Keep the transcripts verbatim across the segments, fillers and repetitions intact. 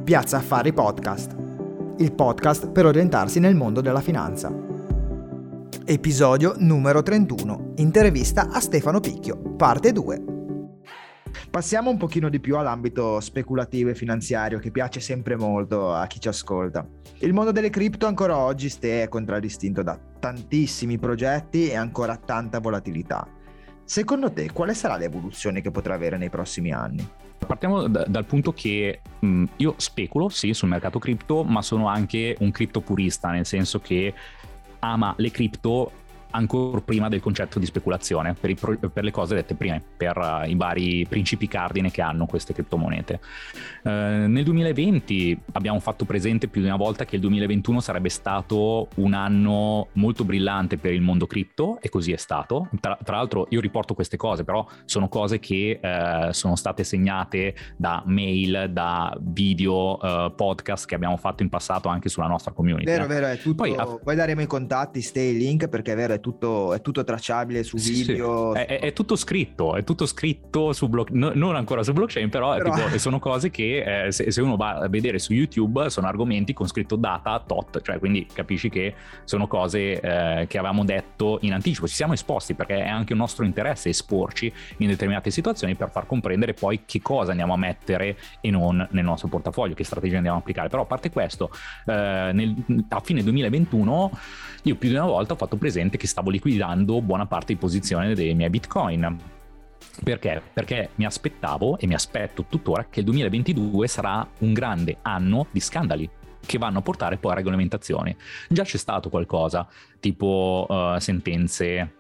Piazza Affari Podcast, il podcast per orientarsi nel mondo della finanza. Episodio numero trentuno, intervista a Stefano Picchio, parte due. Passiamo un pochino di più all'ambito speculativo e finanziario che piace sempre molto a chi ci ascolta. Il mondo delle cripto ancora oggi Ste è contraddistinto da tantissimi progetti e ancora tanta volatilità. Secondo te quale sarà l'evoluzione che potrà avere nei prossimi anni? Partiamo d- dal punto che mh, io speculo, sì, sul mercato cripto, ma sono anche un cripto purista, nel senso che ama le cripto ancora prima del concetto di speculazione, per, i pro- per le cose dette prima, per uh, i vari principi cardine che hanno queste criptomonete. Uh, nel duemilaventi abbiamo fatto presente più di una volta che il duemilaventuno sarebbe stato un anno molto brillante per il mondo cripto, e così è stato. Tra, tra l'altro io riporto queste cose, però sono cose che uh, sono state segnate da mail, da video, uh, podcast che abbiamo fatto in passato anche sulla nostra community. Vero, vero, è tutto. Poi, poi daremo i contatti, Stay, il link, perché è vero, è tutto, è tutto tracciabile su sì, video. Sì. È, è tutto scritto, è tutto scritto su block, no, non ancora su blockchain, però, però... Tipo, sono cose che eh, se, se uno va a vedere su YouTube sono argomenti con scritto data tot, cioè quindi capisci che sono cose eh, che avevamo detto in anticipo. Ci siamo esposti perché è anche un nostro interesse esporci in determinate situazioni per far comprendere poi che cosa andiamo a mettere e non nel nostro portafoglio, che strategia andiamo a applicare. Però a parte questo, eh, nel, a fine duemilaventuno io più di una volta ho fatto presente che stavo liquidando buona parte di posizione dei miei bitcoin. Perché? Perché mi aspettavo e mi aspetto tuttora che il duemilaventidue sarà un grande anno di scandali che vanno a portare poi a regolamentazioni. Già c'è stato qualcosa, tipo uh, sentenze,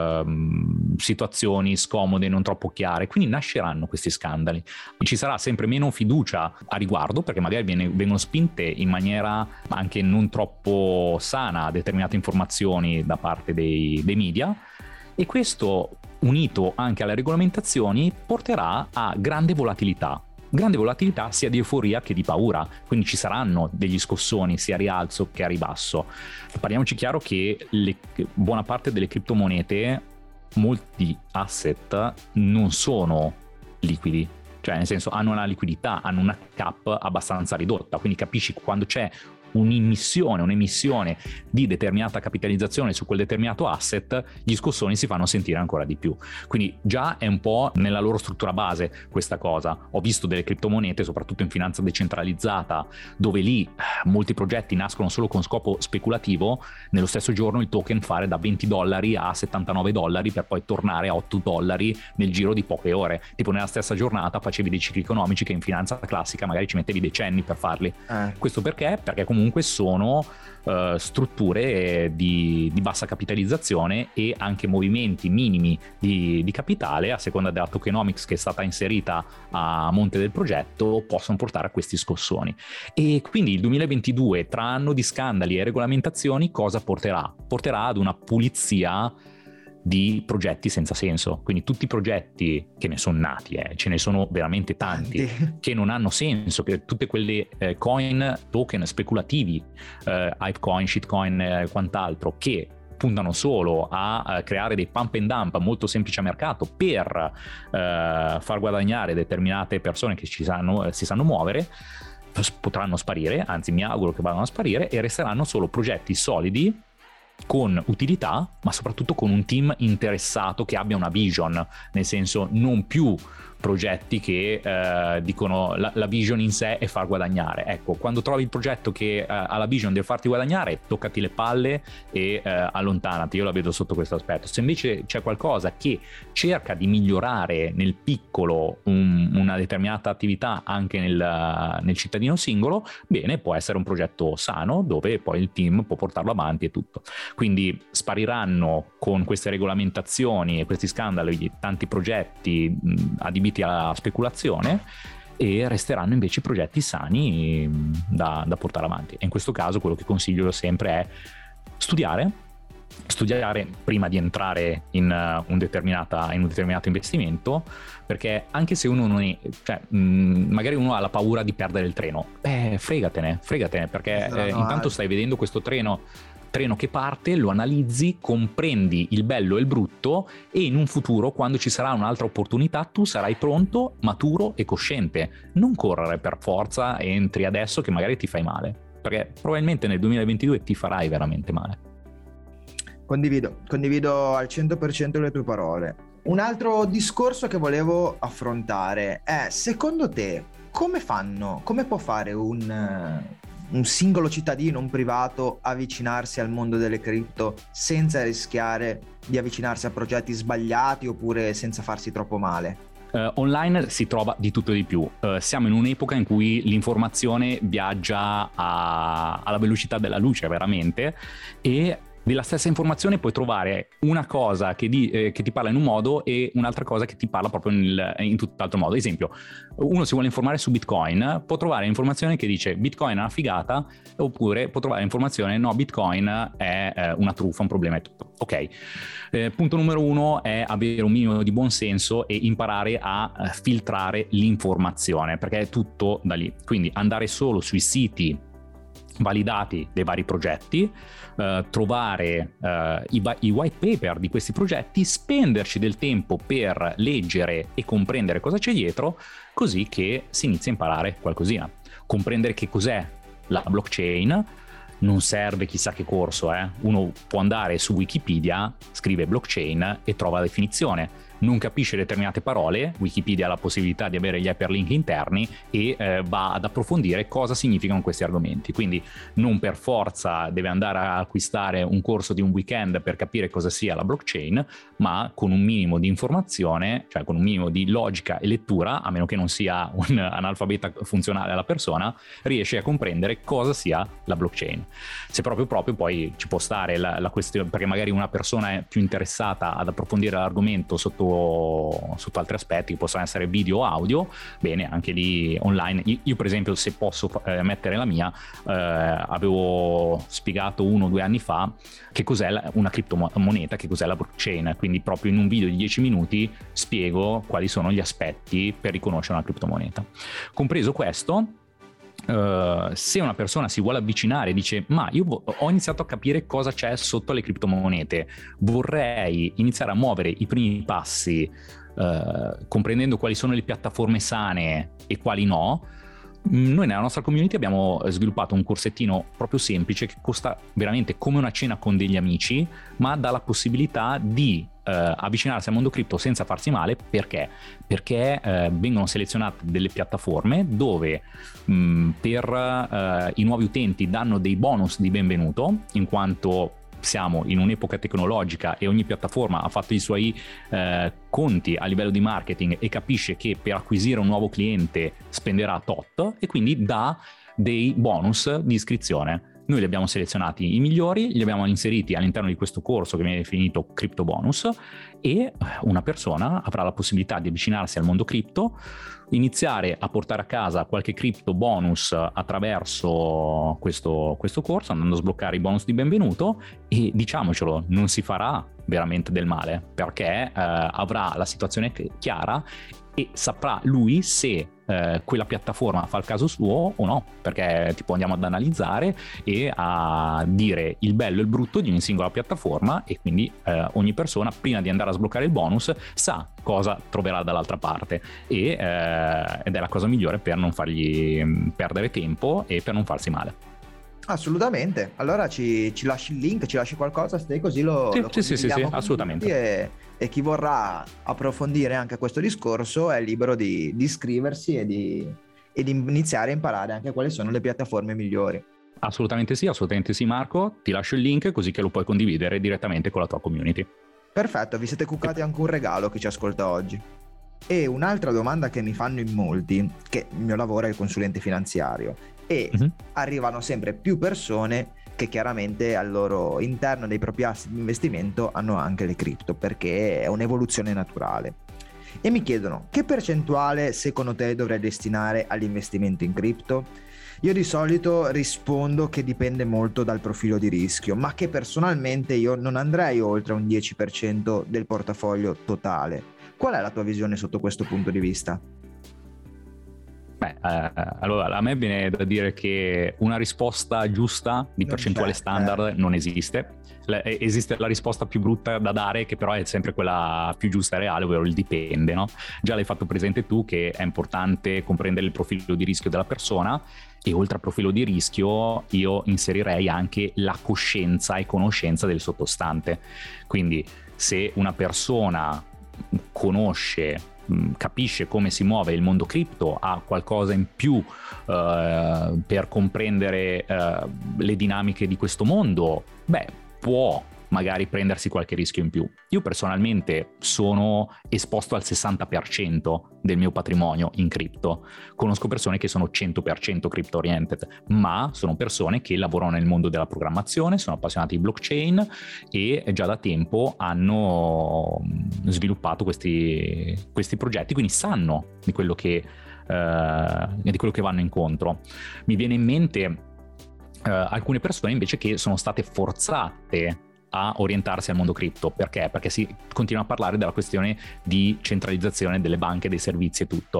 uh, situazioni scomode, non troppo chiare, quindi nasceranno questi scandali. Ci sarà sempre meno fiducia a riguardo, perché magari viene, vengono spinte in maniera anche non troppo sana determinate informazioni da parte dei, dei media, e questo, unito anche alle regolamentazioni, porterà a grande volatilità. Grande volatilità sia di euforia che di paura, quindi ci saranno degli scossoni sia a rialzo che a ribasso. Parliamoci chiaro che le, buona parte delle criptomonete, molti asset non sono liquidi, cioè nel senso hanno una liquidità, hanno una cap abbastanza ridotta, quindi capisci quando c'è un'immissione, un'emissione di determinata capitalizzazione su quel determinato asset, gli scossoni si fanno sentire ancora di più. Quindi già è un po' nella loro struttura base questa cosa. Ho visto delle criptomonete, soprattutto in finanza decentralizzata, dove lì molti progetti nascono solo con scopo speculativo, nello stesso giorno il token fare da venti dollari a settantanove dollari per poi tornare a otto dollari nel giro di poche ore. Tipo nella stessa giornata facevi dei cicli economici che in finanza classica magari ci mettevi decenni per farli. Eh. Questo perché? Perché comunque sono uh, strutture di, di bassa capitalizzazione e anche movimenti minimi di, di capitale, a seconda della tokenomics che è stata inserita a monte del progetto, possono portare a questi scossoni. E quindi il duemilaventidue, tra anno di scandali e regolamentazioni, cosa porterà? Porterà ad una pulizia di progetti senza senso. Quindi tutti i progetti che ne sono nati, eh, ce ne sono veramente tanti, tanti. che non hanno senso, che tutte quelle eh, coin, token speculativi, eh, Hypecoin, Shitcoin e eh, quant'altro, che puntano solo a, a creare dei pump and dump molto semplici a mercato per eh, far guadagnare determinate persone che ci sanno, eh, si sanno muovere, potranno sparire, anzi mi auguro che vadano a sparire, e resteranno solo progetti solidi con utilità, ma soprattutto con un team interessato che abbia una vision, nel senso non più progetti che eh, dicono la, la vision in sé è far guadagnare. Ecco, quando trovi il progetto che eh, ha la vision del farti guadagnare, toccati le palle e eh, allontanati. Io la vedo sotto questo aspetto. Se invece c'è qualcosa che cerca di migliorare nel piccolo un, una determinata attività anche nel, nel cittadino singolo, bene, può essere un progetto sano dove poi il team può portarlo avanti e tutto. Quindi spariranno con queste regolamentazioni e questi scandali tanti progetti mh, adibiti alla speculazione, e resteranno invece progetti sani da, da portare avanti. E in questo caso quello che consiglio sempre è studiare studiare prima di entrare in, uh, un, determinata, in un determinato investimento, perché anche se uno non è, cioè mh, magari uno ha la paura di perdere il treno, beh fregatene fregatene perché eh, intanto stai vedendo questo treno treno che parte, lo analizzi, comprendi il bello e il brutto, e in un futuro, quando ci sarà un'altra opportunità, tu sarai pronto, maturo e cosciente. Non correre per forza, entri adesso che magari ti fai male, perché probabilmente nel duemilaventidue ti farai veramente male. Condivido, condivido al cento per cento le tue parole. Un altro discorso che volevo affrontare è, secondo te, come fanno, come può fare un, un singolo cittadino, un privato, avvicinarsi al mondo delle cripto senza rischiare di avvicinarsi a progetti sbagliati oppure senza farsi troppo male? Uh, online si trova di tutto e di più. Uh, siamo in un'epoca in cui l'informazione viaggia a, alla velocità della luce, veramente, e della stessa informazione puoi trovare una cosa che, di, eh, che ti parla in un modo e un'altra cosa che ti parla proprio in, in tutt'altro modo. Ad esempio, uno si vuole informare su Bitcoin, può trovare informazione che dice Bitcoin è una figata, oppure può trovare informazione no, Bitcoin è eh, una truffa, un problema e tutto. Ok, eh, punto numero uno è avere un minimo di buonsenso e imparare a eh, filtrare l'informazione, perché è tutto da lì. Quindi andare solo sui siti validati dei vari progetti, eh, trovare eh, i, i white paper di questi progetti, spenderci del tempo per leggere e comprendere cosa c'è dietro, così che si inizia a imparare qualcosina. Comprendere che cos'è la blockchain non serve chissà che corso, eh. Uno può andare su Wikipedia, scrive blockchain e trova la definizione. Non capisce determinate parole, Wikipedia ha la possibilità di avere gli hyperlink interni e eh, va ad approfondire cosa significano questi argomenti. Quindi non per forza deve andare a acquistare un corso di un weekend per capire cosa sia la blockchain, ma con un minimo di informazione, cioè con un minimo di logica e lettura, a meno che non sia un analfabeta funzionale alla persona, riesce a comprendere cosa sia la blockchain. Se proprio proprio poi ci può stare la, la questione, perché magari una persona è più interessata ad approfondire l'argomento sotto sotto altri aspetti che possono essere video o audio, bene, anche lì online. Io, io per esempio, se posso eh, mettere la mia, eh, avevo spiegato uno o due anni fa che cos'è la, una criptomoneta, che cos'è la blockchain, quindi proprio in un video di dieci minuti spiego quali sono gli aspetti per riconoscere una criptomoneta. Compreso questo, Uh, se una persona si vuole avvicinare e dice ma io ho iniziato a capire cosa c'è sotto le criptomonete, vorrei iniziare a muovere i primi passi uh, comprendendo quali sono le piattaforme sane e quali no, noi nella nostra community abbiamo sviluppato un corsettino proprio semplice che costa veramente come una cena con degli amici, ma dà la possibilità di Uh, avvicinarsi al mondo cripto senza farsi male. Perché? Perché uh, vengono selezionate delle piattaforme dove mh, per uh, i nuovi utenti danno dei bonus di benvenuto, in quanto siamo in un'epoca tecnologica e ogni piattaforma ha fatto i suoi uh, conti a livello di marketing e capisce che per acquisire un nuovo cliente spenderà tot, e quindi dà dei bonus di iscrizione. Noi li abbiamo selezionati i migliori, li abbiamo inseriti all'interno di questo corso che viene definito Crypto Bonus, e una persona avrà la possibilità di avvicinarsi al mondo cripto, iniziare a portare a casa qualche cripto bonus attraverso questo, questo corso, andando a sbloccare i bonus di benvenuto, e diciamocelo, non si farà veramente del male, perché eh, avrà la situazione chiara e saprà lui se eh, quella piattaforma fa il caso suo o no, perché tipo andiamo ad analizzare e a dire il bello e il brutto di ogni singola piattaforma, e quindi eh, ogni persona prima di andare a sbloccare il bonus sa cosa troverà dall'altra parte, e, eh, ed è la cosa migliore per non fargli perdere tempo e per non farsi male. Assolutamente. Allora ci, ci lasci il link, ci lasci qualcosa, stai così lo, sì, lo sì, sì, sì, sì, assolutamente. E, e chi vorrà approfondire anche questo discorso è libero di, di iscriversi e di, e di iniziare a imparare anche quali sono le piattaforme migliori. Assolutamente sì, assolutamente sì, Marco. Ti lascio il link così che lo puoi condividere direttamente con la tua community. Perfetto, vi siete cuccati anche un regalo chi ci ascolta oggi. E un'altra domanda che mi fanno in molti, che il mio lavoro è il consulente finanziario, e mm-hmm. arrivano sempre più persone che chiaramente al loro interno dei propri asset di investimento hanno anche le cripto, perché è un'evoluzione naturale, e mi chiedono: che percentuale secondo te dovrei destinare all'investimento in cripto? Io di solito rispondo che dipende molto dal profilo di rischio, ma che personalmente io non andrei oltre un dieci per cento del portafoglio totale. Qual è la tua visione sotto questo punto di vista? Beh, eh, allora a me viene da dire che una risposta giusta di Non percentuale c'è, standard eh. non esiste. La- eh, esiste la risposta più brutta da dare, che però è sempre quella più giusta e reale, ovvero il dipende, no? Già l'hai fatto presente tu che è importante comprendere il profilo di rischio della persona, e oltre al profilo di rischio io inserirei anche la coscienza e conoscenza del sottostante. Quindi se una persona conosce, capisce come si muove il mondo cripto, ha qualcosa in più eh, per comprendere eh, le dinamiche di questo mondo, beh, può magari prendersi qualche rischio in più. Io personalmente sono esposto al sessanta per cento del mio patrimonio in cripto. Conosco persone che sono cento per cento crypto oriented, ma sono persone che lavorano nel mondo della programmazione, sono appassionati di blockchain e già da tempo hanno sviluppato questi, questi progetti, quindi sanno di quello che, eh, di quello che vanno incontro. Mi viene in mente Uh, alcune persone invece che sono state forzate a orientarsi al mondo cripto. Perché? Perché si continua a parlare della questione di centralizzazione delle banche, dei servizi e tutto.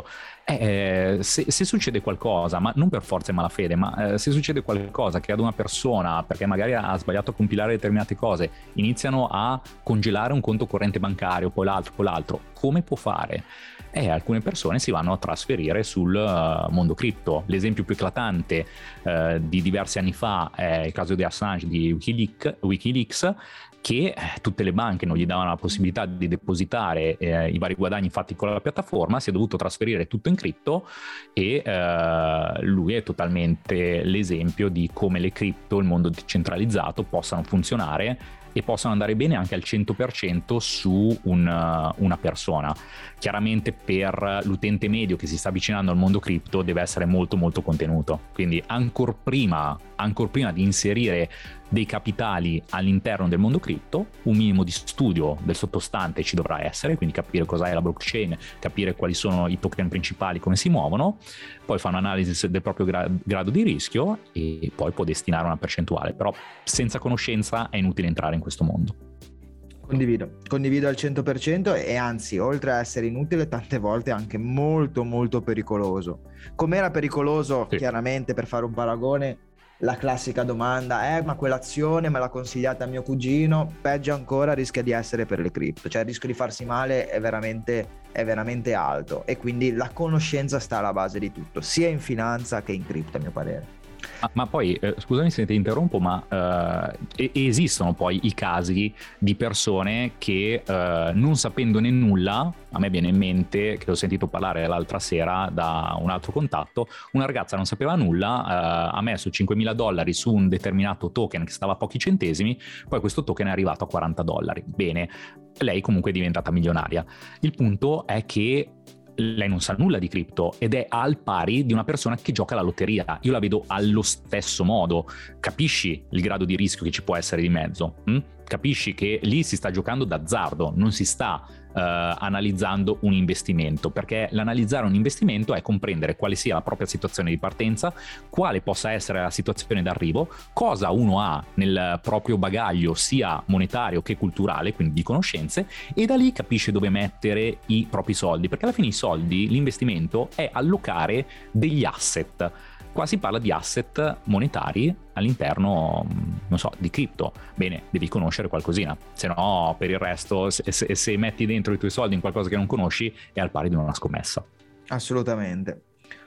Eh, se, se succede qualcosa, ma non per forza è malafede, ma eh, se succede qualcosa che ad una persona, perché magari ha sbagliato a compilare determinate cose, iniziano a congelare un conto corrente bancario, poi l'altro, poi l'altro, come può fare? E alcune persone si vanno a trasferire sul uh, mondo cripto. L'esempio più eclatante uh, di diversi anni fa è il caso di Assange di Wikileaks, Wikileaks che tutte le banche non gli davano la possibilità di depositare eh, i vari guadagni fatti con la piattaforma, si è dovuto trasferire tutto in cripto, e uh, lui è totalmente l'esempio di come le cripto, il mondo decentralizzato, possano funzionare e possano andare bene anche al cento per cento su un, una persona. Chiaramente per l'utente medio che si sta avvicinando al mondo cripto deve essere molto molto contenuto, quindi ancor prima, ancor prima di inserire dei capitali all'interno del mondo cripto, un minimo di studio del sottostante ci dovrà essere, quindi capire cos'è la blockchain, capire quali sono i token principali, come si muovono, poi fa un'analisi del proprio gra- grado di rischio e poi può destinare una percentuale, però senza conoscenza è inutile entrare in questo mondo. Condivido, condivido al cento per cento, e anzi, oltre a essere inutile, tante volte anche molto molto pericoloso. Com'era pericoloso, sì, chiaramente, per fare un paragone, la classica domanda, eh ma quell'azione me l'ha consigliata mio cugino, peggio ancora rischia di essere per le cripto, cioè il rischio di farsi male è veramente, è veramente alto, e quindi la conoscenza sta alla base di tutto, sia in finanza che in cripto, a mio parere. Ma, ma poi, eh, scusami se ti interrompo, ma eh, esistono poi i casi di persone che eh, non sapendone nulla, a me viene in mente, che ho sentito parlare l'altra sera da un altro contatto, una ragazza non sapeva nulla, eh, ha messo cinquemila dollari su un determinato token che stava a pochi centesimi, poi questo token è arrivato a quaranta dollari. Bene, lei comunque è diventata milionaria. Il punto è che lei non sa nulla di cripto ed è al pari di una persona che gioca alla lotteria. Io la vedo allo stesso modo. Capisci il grado di rischio che ci può essere di mezzo? Hm? Capisci che lì si sta giocando d'azzardo, non si sta uh, analizzando un investimento, perché l'analizzare un investimento è comprendere quale sia la propria situazione di partenza, quale possa essere la situazione d'arrivo, cosa uno ha nel proprio bagaglio sia monetario che culturale, quindi di conoscenze, e da lì capisce dove mettere i propri soldi, perché alla fine i soldi, l'investimento è allocare degli asset. Qua si parla di asset monetari all'interno, non so, di cripto. Bene, devi conoscere qualcosina, se no per il resto, se, se, se metti dentro i tuoi soldi in qualcosa che non conosci, è al pari di una scommessa. Assolutamente.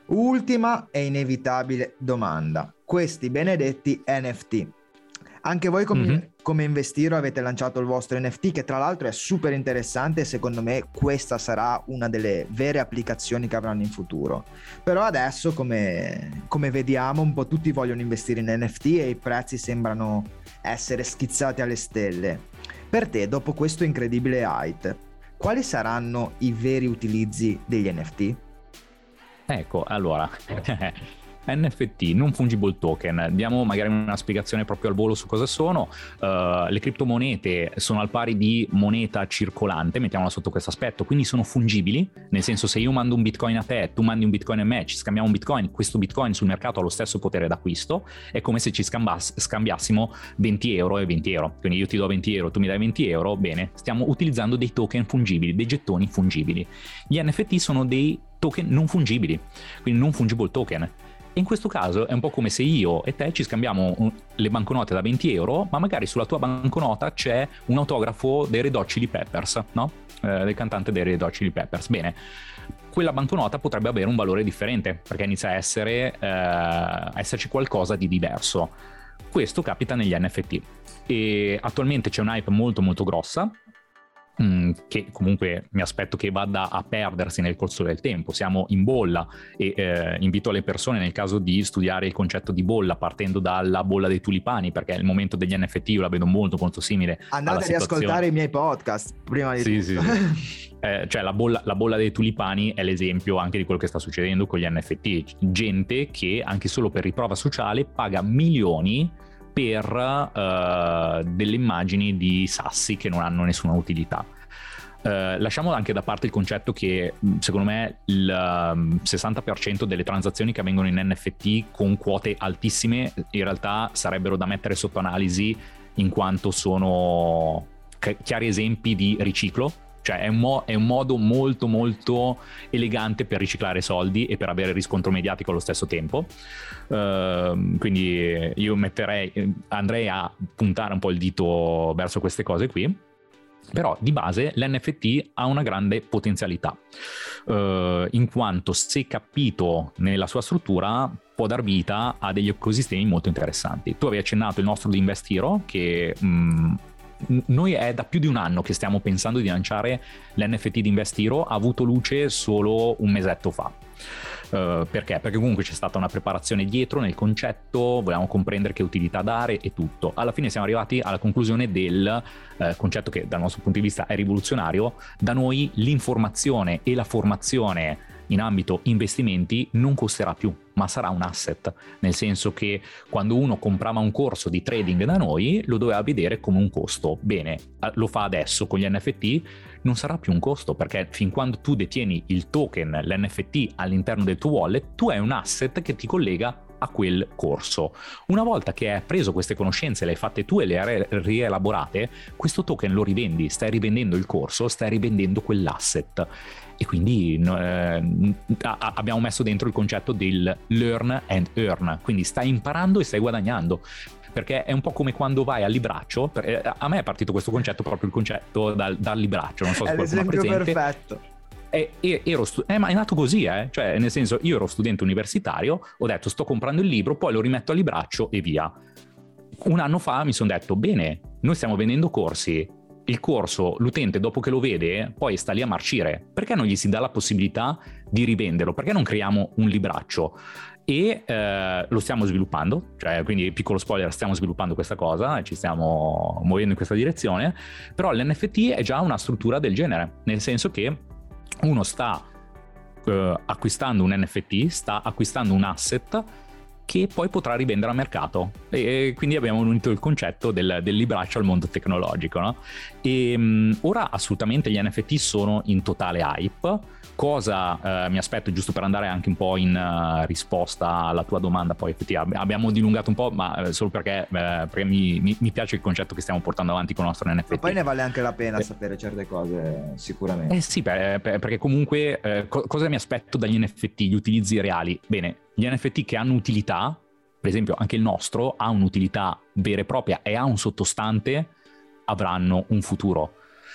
Ultima e inevitabile domanda: questi benedetti N F T. Anche voi come, mm-hmm. come Investiro avete lanciato il vostro N F T, che tra l'altro è super interessante, e secondo me questa sarà una delle vere applicazioni che avranno in futuro. Però adesso, come, come vediamo, un po' tutti vogliono investire in N F T e i prezzi sembrano essere schizzati alle stelle. Per te, dopo questo incredibile hype, quali saranno i veri utilizzi degli N F T? Ecco, allora... N F T, non fungible token, diamo magari una spiegazione proprio al volo su cosa sono. Uh, le criptomonete sono al pari di moneta circolante, mettiamola sotto questo aspetto, quindi sono fungibili, nel senso se io mando un bitcoin a te, tu mandi un bitcoin a me, ci scambiamo un bitcoin, questo bitcoin sul mercato ha lo stesso potere d'acquisto, è come se ci scambass- scambiassimo venti euro e venti euro, quindi io ti do venti euro, tu mi dai venti euro, bene, stiamo utilizzando dei token fungibili, dei gettoni fungibili. Gli N F T sono dei token non fungibili, quindi non fungible token. In questo caso è un po' come se io e te ci scambiamo un, le banconote da venti euro, ma magari sulla tua banconota c'è un autografo dei Red Hot Chili Peppers, no? Eh, del cantante dei Red Hot Chili Peppers. Bene, quella banconota potrebbe avere un valore differente, perché inizia a essere, eh, a esserci qualcosa di diverso. Questo capita negli N F T. E attualmente c'è un hype molto molto grossa, che comunque mi aspetto che vada a perdersi nel corso del tempo. Siamo in bolla e eh, invito le persone nel caso di studiare il concetto di bolla partendo dalla bolla dei tulipani, perché il momento degli N F T io la vedo molto molto simile. Andate ad ascoltare i miei podcast prima di sì, tutto. Sì, sì. Eh, cioè la bolla, la bolla dei tulipani è l'esempio anche di quello che sta succedendo con gli N F T. Gente che anche solo per riprova sociale paga milioni per uh, delle immagini di sassi che non hanno nessuna utilità. Uh, lasciamo anche da parte il concetto che secondo me il um, sessanta per cento delle transazioni che avvengono in N F T con quote altissime in realtà sarebbero da mettere sotto analisi, in quanto sono chiari esempi di riciclo. Cioè è un, mo- è un modo molto molto elegante per riciclare soldi e per avere riscontro mediatico allo stesso tempo. Uh, quindi io metterei, andrei a puntare un po' il dito verso queste cose qui. Però di base l'N F T ha una grande potenzialità, uh, in quanto se capito nella sua struttura può dar vita a degli ecosistemi molto interessanti. Tu avevi accennato il nostro di Investiro, che mh, noi è da più di un anno che stiamo pensando di lanciare l'N F T di Investiro, ha avuto luce solo un mesetto fa. Uh, perché? Perché comunque c'è stata una preparazione dietro nel concetto, volevamo comprendere che utilità dare e tutto. Alla fine siamo arrivati alla conclusione del uh, concetto che dal nostro punto di vista è rivoluzionario. Da noi l'informazione e la formazione in ambito investimenti non costerà più, ma sarà un asset, nel senso che quando uno comprava un corso di trading da noi lo doveva vedere come un costo. Bene, lo fa adesso con gli N F T, non sarà più un costo, perché fin quando tu detieni il token, l'N F T all'interno del tuo wallet, tu hai un asset che ti collega a quel corso. Una volta che hai preso queste conoscenze, le hai fatte tu e le hai rielaborate, questo token lo rivendi, stai rivendendo il corso, stai rivendendo quell'asset. E quindi eh, abbiamo messo dentro il concetto del learn and earn, quindi stai imparando e stai guadagnando, perché è un po' come quando vai al libraccio. A me è partito questo concetto, proprio il concetto dal, dal libraccio, non so se è qualcuno ha l'esempio presente. Perfetto. E, e, ero stu- eh, ma è nato così, eh? Cioè nel senso, io ero studente universitario, ho detto sto comprando il libro, poi lo rimetto al libraccio e via. Un anno fa mi sono detto, bene, noi stiamo vendendo corsi, il corso, l'utente dopo che lo vede poi sta lì a marcire, perché non gli si dà la possibilità di rivenderlo? Perché non creiamo un libraccio? E eh, lo stiamo sviluppando, cioè, quindi piccolo spoiler, stiamo sviluppando questa cosa, ci stiamo muovendo in questa direzione. Però l'N F T è già una struttura del genere, nel senso che uno sta eh, acquistando un N F T, sta acquistando un asset che poi potrà rivendere a mercato, e quindi abbiamo unito il concetto del, del libraccio al mondo tecnologico, no? E um, ora assolutamente gli N F T sono in totale hype. Cosa eh, mi aspetto, giusto per andare anche un po' in uh, risposta alla tua domanda, poi effettivamente abbiamo dilungato un po', ma eh, solo perché, eh, perché mi, mi, mi piace il concetto che stiamo portando avanti con il nostro N F T. Ma poi ne vale anche la pena eh, sapere certe cose, sicuramente. Eh sì, per, per, perché comunque eh, co- cosa mi aspetto dagli N F T, gli utilizzi reali? Bene, gli N F T che hanno utilità, per esempio anche il nostro ha un'utilità vera e propria e ha un sottostante, avranno un futuro.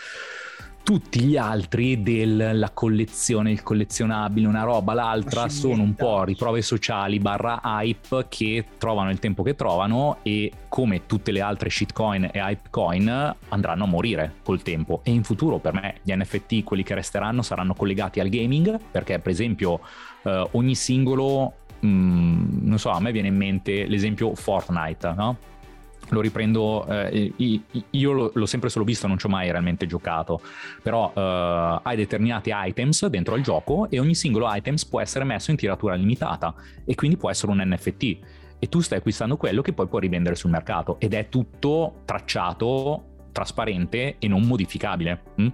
Tutti gli altri della collezione, il collezionabile, una roba, l'altra, sono un po' riprove sociali barra hype che trovano il tempo che trovano, e come tutte le altre shitcoin e hypecoin andranno a morire col tempo. E in futuro per me gli N F T, quelli che resteranno, saranno collegati al gaming, perché per esempio eh, ogni singolo, mh, non so, a me viene in mente l'esempio Fortnite, no? lo riprendo, eh, io l'ho sempre solo visto, non ci ho mai realmente giocato, però eh, hai determinati items dentro al gioco e ogni singolo items può essere messo in tiratura limitata e quindi può essere un N F T e tu stai acquistando quello che poi puoi rivendere sul mercato ed è tutto tracciato, trasparente e non modificabile. mm?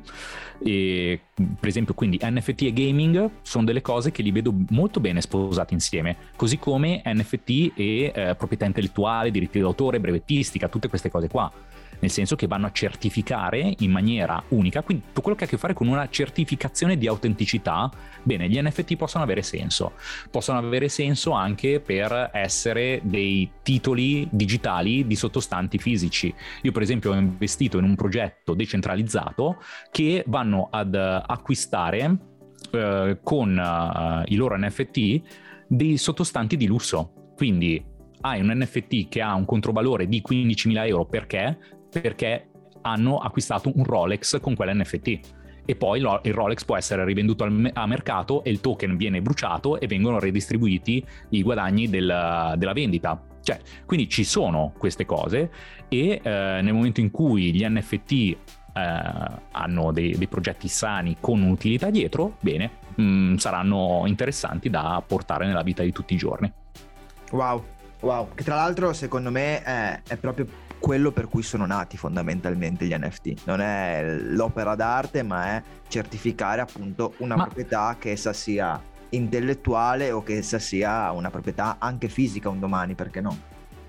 E, per esempio, quindi N F T e gaming sono delle cose che li vedo molto bene sposate insieme, così come N F T e eh, proprietà intellettuale, diritti d'autore, brevettistica, tutte queste cose qua, nel senso che vanno a certificare in maniera unica, quindi tutto quello che ha a che fare con una certificazione di autenticità. Bene, gli N F T possono avere senso, possono avere senso anche per essere dei titoli digitali di sottostanti fisici. Io per esempio ho investito in un progetto decentralizzato che vanno ad acquistare eh, con uh, i loro N F T dei sottostanti di lusso, quindi hai un N F T che ha un controvalore di quindicimila euro perché? Perché hanno acquistato un Rolex con quell'N F T e poi il Rolex può essere rivenduto al a mercato e il token viene bruciato e vengono redistribuiti i guadagni del, della vendita. Cioè, quindi ci sono queste cose e eh, nel momento in cui gli N F T eh, hanno dei, dei progetti sani con un'utilità dietro, bene, mh, saranno interessanti da portare nella vita di tutti i giorni. Wow, wow, che tra l'altro secondo me è, è proprio quello per cui sono nati fondamentalmente gli N F T. Non è l'opera d'arte, ma è certificare appunto una ma... proprietà, che essa sia intellettuale o che essa sia una proprietà anche fisica un domani, perché no?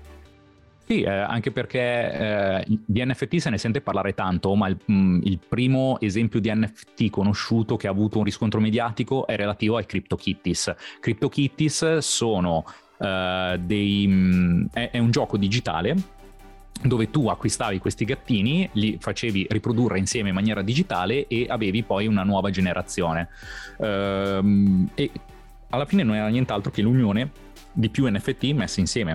Sì, eh, anche perché eh, di N F T se ne sente parlare tanto, ma il, mh, il primo esempio di N F T conosciuto che ha avuto un riscontro mediatico è relativo ai CryptoKitties. CryptoKitties sono uh, dei... Mh, è, è un gioco digitale dove tu acquistavi questi gattini, li facevi riprodurre insieme in maniera digitale e avevi poi una nuova generazione. Ehm, e alla fine non era nient'altro che l'unione di più N F T messi insieme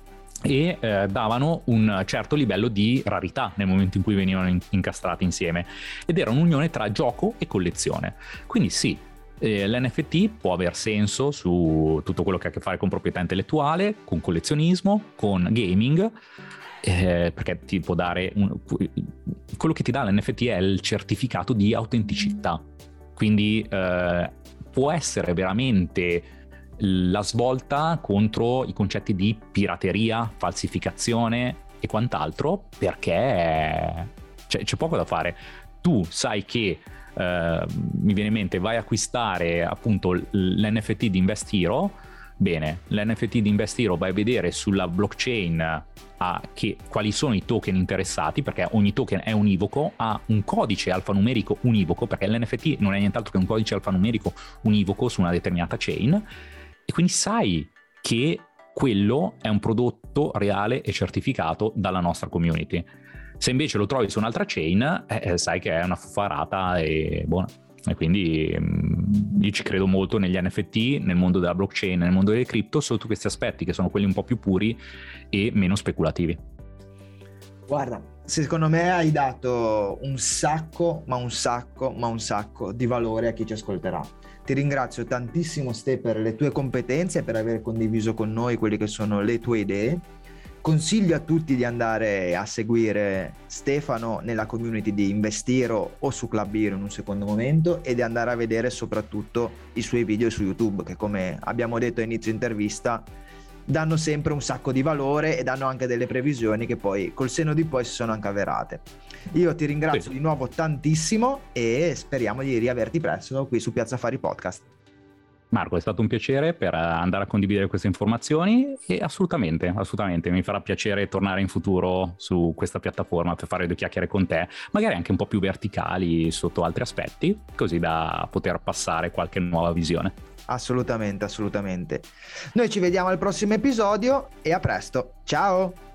e eh, davano un certo livello di rarità nel momento in cui venivano in- incastrati insieme ed era un'unione tra gioco e collezione. Quindi sì, eh, l'N F T può aver senso su tutto quello che ha a che fare con proprietà intellettuale, con collezionismo, con gaming, Eh, perché ti può dare un, quello che ti dà l'N F T è il certificato di autenticità, quindi eh, può essere veramente la svolta contro i concetti di pirateria, falsificazione e quant'altro, perché c'è, c'è poco da fare. Tu sai che eh, mi viene in mente, vai a acquistare appunto l'N F T di Investiro. Bene, l'N F T di Investiro vai a vedere sulla blockchain a che, quali sono i token interessati, perché ogni token è univoco, ha un codice alfanumerico univoco, perché l'N F T non è nient'altro che un codice alfanumerico univoco su una determinata chain, e quindi sai che quello è un prodotto reale e certificato dalla nostra community. Se invece lo trovi su un'altra chain, eh, sai che è una fuffarata e buona. E quindi mh, io ci credo molto negli N F T, nel mondo della blockchain, nel mondo delle cripto, sotto questi aspetti che sono quelli un po' più puri e meno speculativi. Guarda, secondo me hai dato un sacco, ma un sacco, ma un sacco di valore a chi ci ascolterà. Ti ringrazio tantissimo, Ste, per le tue competenze e per aver condiviso con noi quelle che sono le tue idee. Consiglio a tutti di andare a seguire Stefano nella community di Investiro o su Clubiro in un secondo momento e di andare a vedere soprattutto i suoi video su YouTube, che come abbiamo detto a inizio intervista danno sempre un sacco di valore e danno anche delle previsioni che poi col senno di poi si sono anche avverate. Io ti ringrazio sì. di nuovo tantissimo e speriamo di riaverti presto qui su Piazza Affari Podcast. Marco, è stato un piacere per andare a condividere queste informazioni e assolutamente, assolutamente mi farà piacere tornare in futuro su questa piattaforma per fare due chiacchiere con te, magari anche un po' più verticali sotto altri aspetti, così da poter passare qualche nuova visione. Assolutamente, assolutamente. Noi ci vediamo al prossimo episodio e a presto. Ciao!